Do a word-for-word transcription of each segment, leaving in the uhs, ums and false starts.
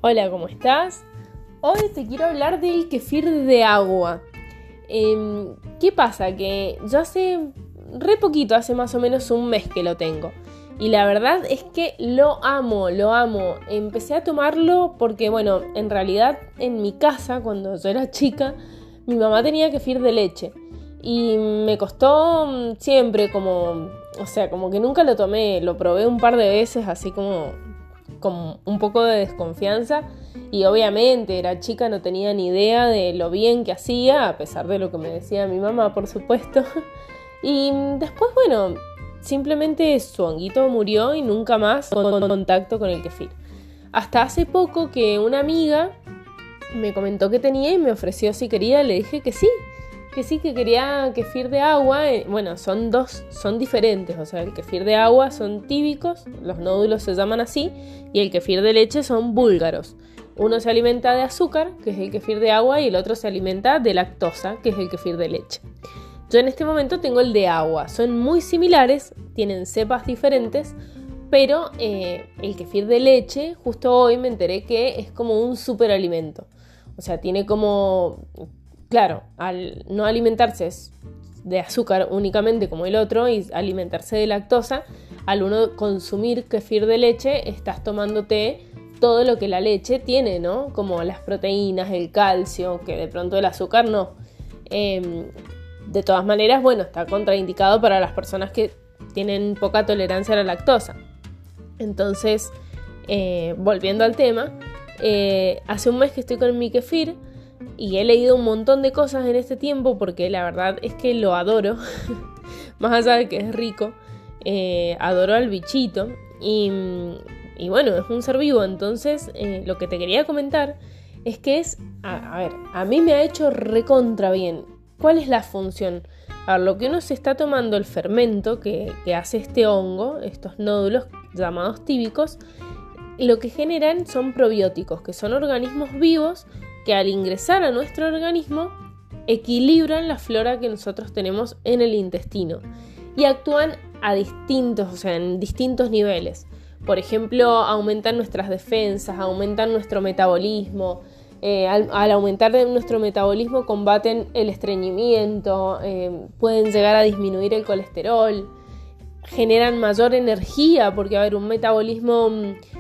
Hola, ¿cómo estás? Hoy te quiero hablar del kefir de agua. Eh, ¿Qué pasa? Que yo hace re poquito, hace más o menos un mes que lo tengo. Y la verdad es que lo amo, lo amo. Empecé a tomarlo porque, bueno, en realidad en mi casa, cuando yo era chica, mi mamá tenía kefir de leche. Y me costó siempre como, o sea, como que nunca lo tomé. Lo probé un par de veces así como... con un poco de desconfianza y obviamente era chica, no tenía ni idea de lo bien que hacía, a pesar de lo que me decía mi mamá, por supuesto. Y después, bueno, simplemente su honguito murió y nunca más con contacto con el kefir. Hasta hace poco que una amiga me comentó que tenía y me ofreció si quería, le dije que sí. Que sí, que quería kefir de agua. Bueno, son dos, son diferentes. O sea, el kefir de agua son tíbicos, los nódulos se llaman así, y el kefir de leche son búlgaros. Uno se alimenta de azúcar, que es el kefir de agua, y el otro se alimenta de lactosa, que es el kefir de leche. Yo en este momento tengo el de agua. Son muy similares, tienen cepas diferentes, pero eh, el kefir de leche, justo hoy me enteré que es como un superalimento. O sea, tiene como... Claro, al no alimentarse de azúcar únicamente como el otro y alimentarse de lactosa, al uno consumir kefir de leche estás tomándote todo lo que la leche tiene, ¿no? Como las proteínas, el calcio, que de pronto el azúcar no. Eh, de todas maneras, bueno, está contraindicado para las personas que tienen poca tolerancia a la lactosa. Entonces, eh, volviendo al tema, eh, hace un mes que estoy con mi kefir. Y he leído un montón de cosas en este tiempo porque la verdad es que lo adoro. Más allá de que es rico, eh, adoro al bichito. Y, y bueno, es un ser vivo. Entonces, eh, lo que te quería comentar es que es... A, a ver, a mí me ha hecho recontra bien. ¿Cuál es la función? A ver, lo que uno se está tomando, el fermento que, que hace este hongo, estos nódulos llamados tíbicos, lo que generan son probióticos, que son organismos vivos que al ingresar a nuestro organismo equilibran la flora que nosotros tenemos en el intestino y actúan a distintos, o sea, en distintos niveles. Por ejemplo, aumentan nuestras defensas, aumentan nuestro metabolismo. Eh, al, al aumentar nuestro metabolismo combaten el estreñimiento, eh, pueden llegar a disminuir el colesterol, generan mayor energía porque va a haber un metabolismo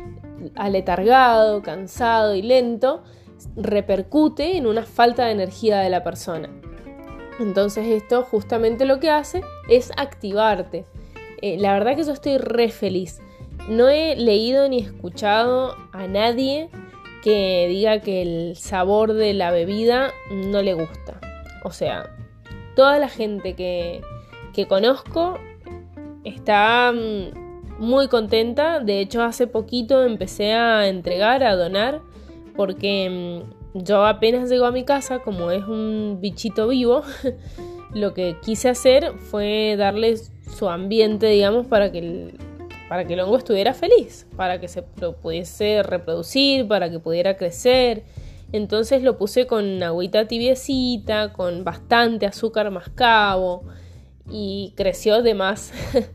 aletargado, cansado y lento, repercute en una falta de energía de la persona. Entonces esto justamente lo que hace es activarte. Eh, la verdad que yo estoy re feliz. No he leído ni escuchado a nadie que diga que el sabor de la bebida no le gusta. O sea, toda la gente que, que conozco está muy contenta. De hecho, hace poquito empecé a entregar, a donar, porque yo apenas llego a mi casa, como es un bichito vivo, lo que quise hacer fue darle su ambiente, digamos, para que el, para que el hongo estuviera feliz, para que se pudiese reproducir, para que pudiera crecer. Entonces lo puse con agüita tibiecita, con bastante azúcar mascabo, y creció de más,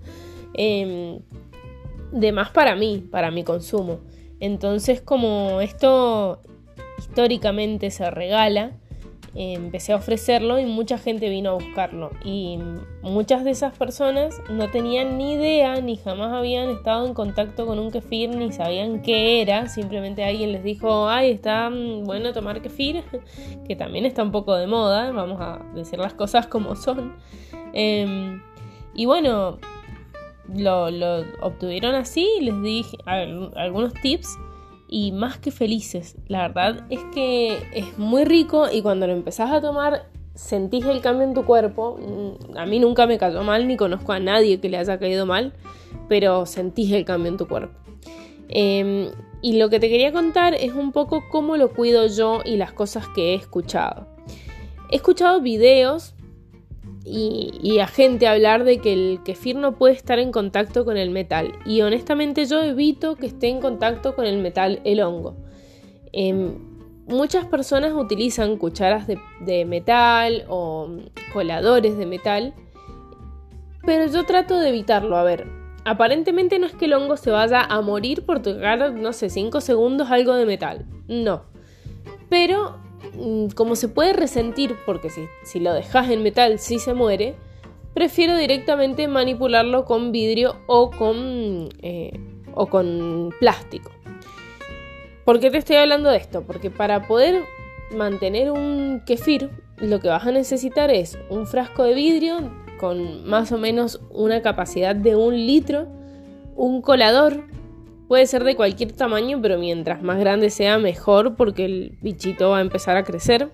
eh, de más para mí, para mi consumo. Entonces, como esto históricamente se regala, eh, empecé a ofrecerlo y mucha gente vino a buscarlo. Y muchas de esas personas no tenían ni idea, ni jamás habían estado en contacto con un kefir, ni sabían qué era. Simplemente alguien les dijo, ay, está bueno tomar kefir, que también está un poco de moda, vamos a decir las cosas como son. Eh, y bueno... Lo, lo obtuvieron así, les di a ver, algunos tips y más que felices. La verdad es que es muy rico y cuando lo empezás a tomar sentís el cambio en tu cuerpo. A mí nunca me cayó mal, ni conozco a nadie que le haya caído mal, pero sentís el cambio en tu cuerpo. Eh, y lo que te quería contar es un poco cómo lo cuido yo y las cosas que he escuchado. He escuchado videos Y, y a gente hablar de que el kefir no puede estar en contacto con el metal. Y honestamente yo evito que esté en contacto con el metal el hongo. Eh, muchas personas utilizan cucharas de, de metal o coladores de metal, pero yo trato de evitarlo. A ver, aparentemente no es que el hongo se vaya a morir por tocar, no sé, cinco segundos algo de metal. No. Pero como se puede resentir, porque si, si lo dejas en metal sí se muere, prefiero directamente manipularlo con vidrio o con, eh, o con plástico. ¿Por qué te estoy hablando de esto? Porque para poder mantener un kefir, lo que vas a necesitar es un frasco de vidrio con más o menos una capacidad de un litro, un colador, puede ser de cualquier tamaño, pero mientras más grande sea mejor, porque el bichito va a empezar a crecer.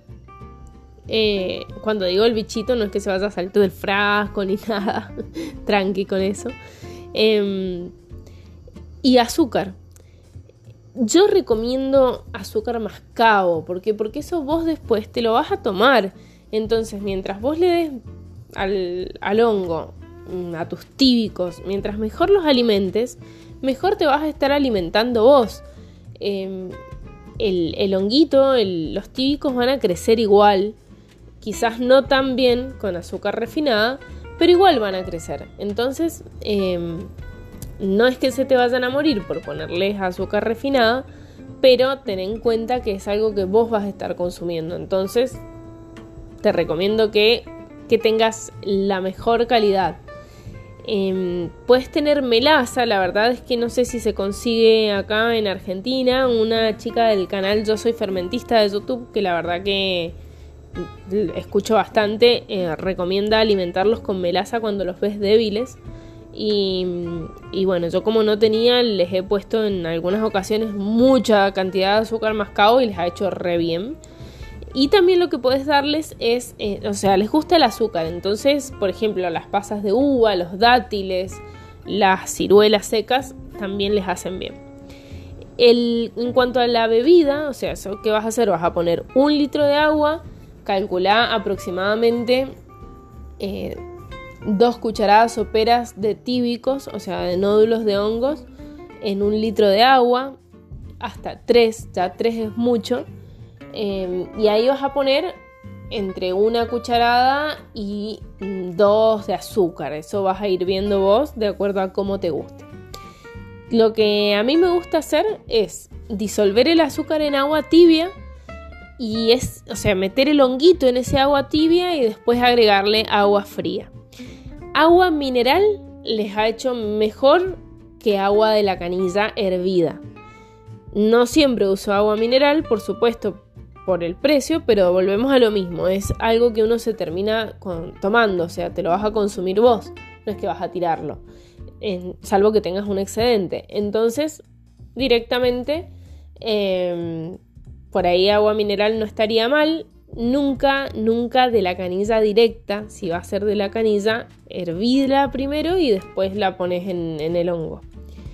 Eh, cuando digo el bichito no es que se vaya a salir del frasco ni nada, tranqui con eso. Eh, y azúcar. Yo recomiendo azúcar mascabo, ¿por qué? Porque eso vos después te lo vas a tomar. Entonces, mientras vos le des al, al hongo, a tus tíbicos, mientras mejor los alimentes, mejor te vas a estar alimentando vos. Eh, el, el honguito, el, los tíbicos van a crecer igual, quizás no tan bien con azúcar refinada, pero igual van a crecer. Entonces, eh, no es que se te vayan a morir por ponerles azúcar refinada, pero ten en cuenta que es algo que vos vas a estar consumiendo. Entonces, te recomiendo que, que tengas la mejor calidad. Eh, puedes tener melaza, la verdad es que no sé si se consigue acá en Argentina. Una chica del canal Yo Soy Fermentista de YouTube, que la verdad que escucho bastante, eh, recomienda alimentarlos con melaza cuando los ves débiles. Y, y bueno, yo como no tenía, les he puesto en algunas ocasiones mucha cantidad de azúcar mascabo y les ha hecho re bien. Y también lo que puedes darles es, eh, o sea, les gusta el azúcar. Entonces, por ejemplo, las pasas de uva, los dátiles, las ciruelas secas, también les hacen bien. El, en cuanto a la bebida, o sea, ¿qué vas a hacer? Vas a poner un litro de agua, calculá aproximadamente eh, dos cucharadas soperas de tíbicos, o sea, de nódulos de hongos, en un litro de agua, hasta tres, ya tres es mucho. Eh, y ahí vas a poner entre una cucharada y dos de azúcar. Eso vas a ir viendo vos de acuerdo a cómo te guste. Lo que a mí me gusta hacer es disolver el azúcar en agua tibia y es, o sea, meter el honguito en ese agua tibia y después agregarle agua fría. Agua mineral les ha hecho mejor que agua de la canilla hervida. No siempre uso agua mineral, por supuesto, por el precio, pero volvemos a lo mismo. Es algo que uno se termina con, tomando, o sea, te lo vas a consumir vos, no es que vas a tirarlo, en, salvo que tengas un excedente. Entonces, directamente, eh, por ahí agua mineral no estaría mal. Nunca, nunca de la canilla directa. Si va a ser de la canilla, hervidla primero y después la pones en, en el hongo.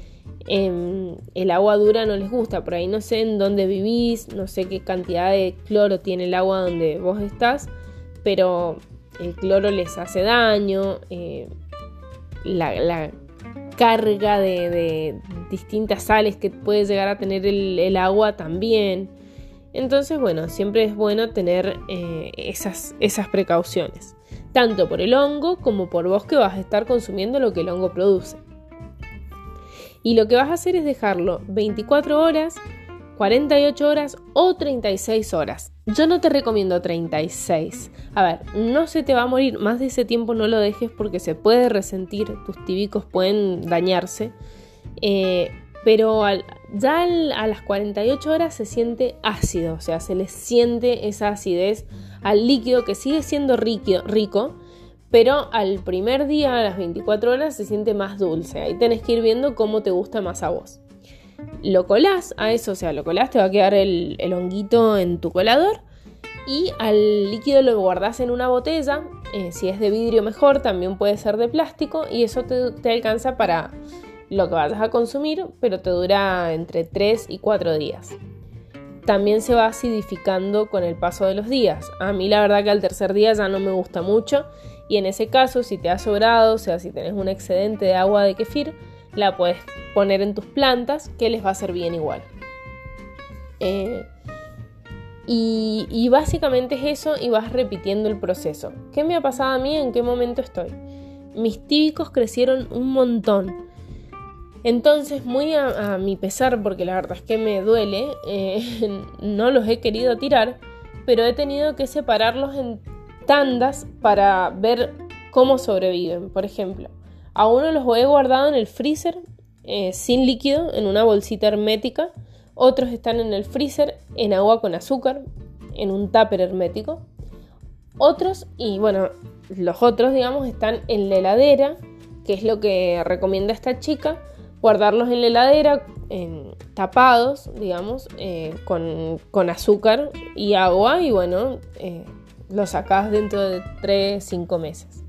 Eh, el agua dura no les gusta, por ahí no sé en dónde vivís, no sé qué cantidad de cloro tiene el agua donde vos estás, pero el cloro les hace daño, eh, la, la carga de, de distintas sales que puede llegar a tener el, el agua también. Entonces, bueno, siempre es bueno tener eh, esas, esas precauciones, tanto por el hongo como por vos que vas a estar consumiendo lo que el hongo produce. Y lo que vas a hacer es dejarlo veinticuatro horas, cuarenta y ocho horas o treinta y seis horas. Yo no te recomiendo treinta y seis. A ver, no se te va a morir, más de ese tiempo no lo dejes porque se puede resentir, tus tíbicos pueden dañarse. Eh, pero al, ya al, a las cuarenta y ocho horas se siente ácido, o sea, se le siente esa acidez al líquido que sigue siendo rico, rico pero al primer día, a las veinticuatro horas, se siente más dulce. Ahí tenés que ir viendo cómo te gusta más a vos. Lo colás a eso, o sea, lo colás, te va a quedar el, el honguito en tu colador. Y al líquido lo guardás en una botella. Eh, si es de vidrio mejor, también puede ser de plástico. Y eso te, te alcanza para lo que vayas a consumir, pero te dura entre tres y cuatro días. También se va acidificando con el paso de los días. A mí la verdad que al tercer día ya no me gusta mucho. Y en ese caso, si te ha sobrado, o sea, si tenés un excedente de agua de kefir, la puedes poner en tus plantas, que les va a hacer bien igual. Eh, y, y básicamente es eso, y vas repitiendo el proceso. ¿Qué me ha pasado a mí? ¿En qué momento estoy? Mis tíbicos crecieron un montón. Entonces, muy a, a mi pesar, porque la verdad es que me duele, eh, no los he querido tirar, pero he tenido que separarlos en tandas para ver cómo sobreviven. Por ejemplo, a uno los he guardado en el freezer eh, sin líquido, en una bolsita hermética. Otros están en el freezer en agua con azúcar, en un tupper hermético. Otros, y bueno, los otros, digamos, están en la heladera, que es lo que recomienda esta chica, guardarlos en la heladera, en, tapados, digamos, eh, con, con azúcar y agua, y bueno, eh, los sacás dentro de tres, cinco meses.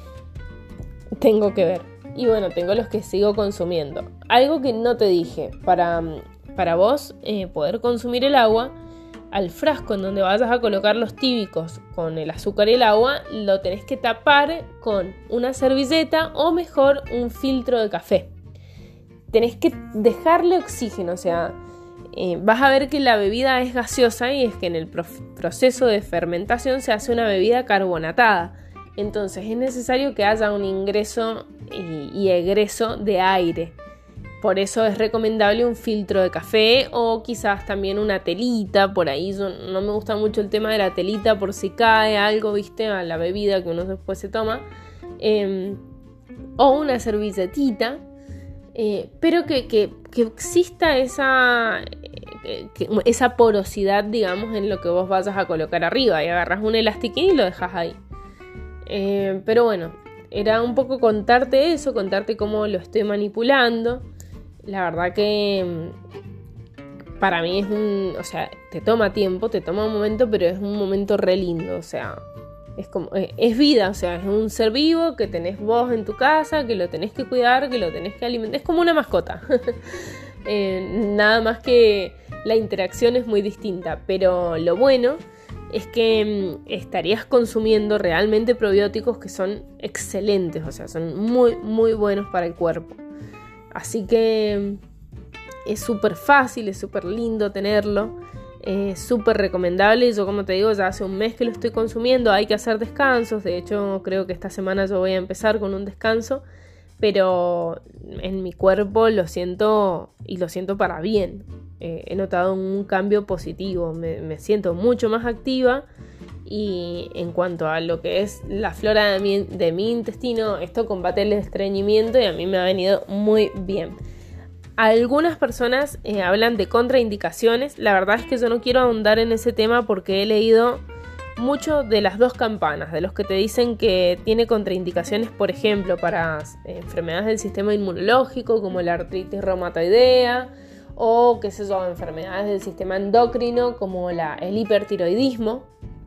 Tengo que ver. Y bueno, tengo los que sigo consumiendo. Algo que no te dije, para, para vos eh, poder consumir el agua, al frasco en donde vayas a colocar los tíbicos con el azúcar y el agua, lo tenés que tapar con una servilleta o mejor un filtro de café. Tenés que dejarle oxígeno, o sea, eh, vas a ver que la bebida es gaseosa y es que en el pro- proceso de fermentación se hace una bebida carbonatada. Entonces es necesario que haya un ingreso y, y egreso de aire. Por eso es recomendable un filtro de café o quizás también una telita por ahí. Yo, no me gusta mucho el tema de la telita por si cae algo, viste, a la bebida que uno después se toma. Eh, o una servilletita. Eh, pero que, que, que exista esa, eh, que, esa porosidad, digamos, en lo que vos vayas a colocar arriba. Y agarras un elastiquín y lo dejas ahí. Eh, pero bueno, era un poco contarte eso, contarte cómo lo estoy manipulando. La verdad que para mí es un... O sea, te toma tiempo, te toma un momento, pero es un momento re lindo. O sea, es como... Es vida, o sea, es un ser vivo que tenés vos en tu casa, que lo tenés que cuidar, que lo tenés que alimentar. Es como una mascota. eh, nada más que la interacción es muy distinta. Pero lo bueno es que mm, estarías consumiendo realmente probióticos que son excelentes. O sea, son muy, muy buenos para el cuerpo. Así que es súper fácil, es súper lindo tenerlo, es súper recomendable. Y yo, como te digo, ya hace un mes que lo estoy consumiendo. Hay que hacer descansos, de hecho creo que esta semana yo voy a empezar con un descanso, pero en mi cuerpo lo siento y lo siento para bien. Eh, he notado un cambio positivo, me, me siento mucho más activa. Y en cuanto a lo que es la flora de mi, de mi intestino, esto combate el estreñimiento y a mí me ha venido muy bien. Algunas personas eh, hablan de contraindicaciones. La verdad es que yo no quiero ahondar en ese tema porque he leído mucho de las dos campanas, de los que te dicen que tiene contraindicaciones, por ejemplo, para eh, enfermedades del sistema inmunológico como la artritis reumatoidea o, qué sé yo, enfermedades del sistema endocrino como la, el hipertiroidismo.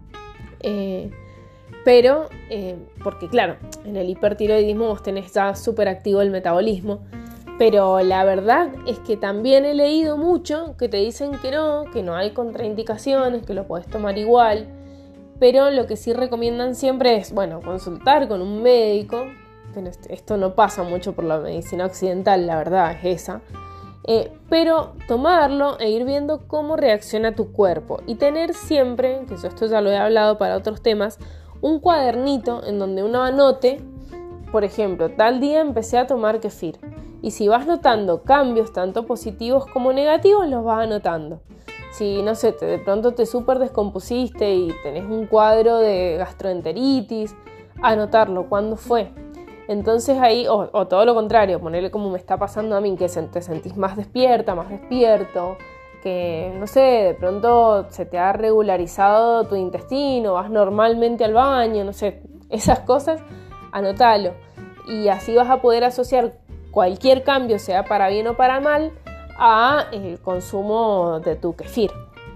Eh, pero, eh, porque claro, en el hipertiroidismo vos tenés ya súper activo el metabolismo, pero la verdad es que también he leído mucho que te dicen que no, que no hay contraindicaciones, que lo podés tomar igual, pero lo que sí recomiendan siempre es, bueno, consultar con un médico. Esto no pasa mucho por la medicina occidental, la verdad es esa. Eh, pero tomarlo e ir viendo cómo reacciona tu cuerpo y tener siempre, que yo esto ya lo he hablado para otros temas, un cuadernito en donde uno anote, por ejemplo, tal día empecé a tomar kefir, y si vas notando cambios tanto positivos como negativos, los vas anotando. Si, no sé, te, de pronto te súper descompusiste y tenés un cuadro de gastroenteritis, anotarlo, ¿cuándo fue? Entonces ahí, o, o todo lo contrario, ponerle como me está pasando a mí, que te sentís más despierta, más despierto, que, no sé, de pronto se te ha regularizado tu intestino, vas normalmente al baño, no sé, esas cosas, anótalo. Y así vas a poder asociar cualquier cambio, sea para bien o para mal, a el consumo de tu kefir.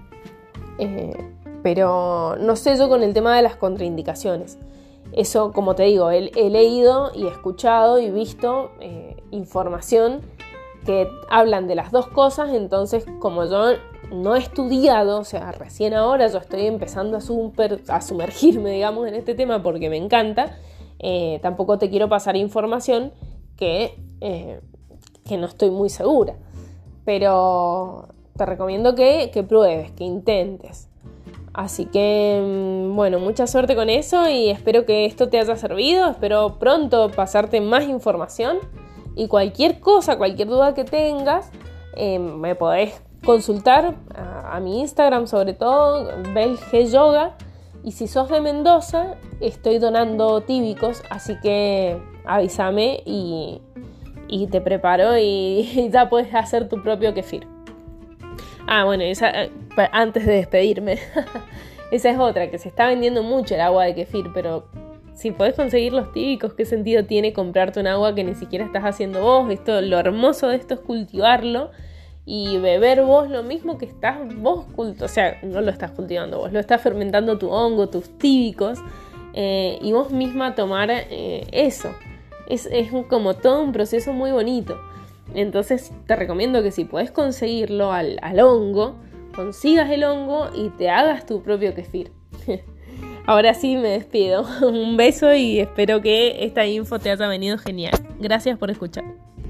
Eh, pero no sé yo con el tema de las contraindicaciones. Eso, como te digo, he, he leído y escuchado y visto eh, información que hablan de las dos cosas. Entonces, como yo no he estudiado, o sea, recién ahora yo estoy empezando a, super, a sumergirme, digamos, en este tema porque me encanta, eh, tampoco te quiero pasar información que, eh, que no estoy muy segura. Pero te recomiendo que, que pruebes, que intentes. Así que, bueno, mucha suerte con eso y espero que esto te haya servido. Espero pronto pasarte más información Y cualquier cosa, cualquier duda que tengas, eh, me podés consultar a, a mi Instagram, sobre todo, Bel G Yoga. Y si sos de Mendoza, estoy donando tíbicos, así que avísame y, y te preparo y, y ya puedes hacer tu propio kefir. Ah, bueno, esa, antes de despedirme, esa es otra, que se está vendiendo mucho el agua de kefir, pero si podés conseguir los tíbicos, ¿qué sentido tiene comprarte un agua que ni siquiera estás haciendo vos? Esto, lo hermoso de esto es cultivarlo y beber vos lo mismo que estás vos cultivando, o sea, no lo estás cultivando vos, lo estás fermentando tu hongo, tus tíbicos, eh, y vos misma tomar eh, eso. Es, es como todo un proceso muy bonito. Entonces te recomiendo que si podés conseguirlo al, al hongo, consigas el hongo y te hagas tu propio kefir. Ahora sí me despido. Un beso y espero que esta info te haya venido genial. Gracias por escuchar.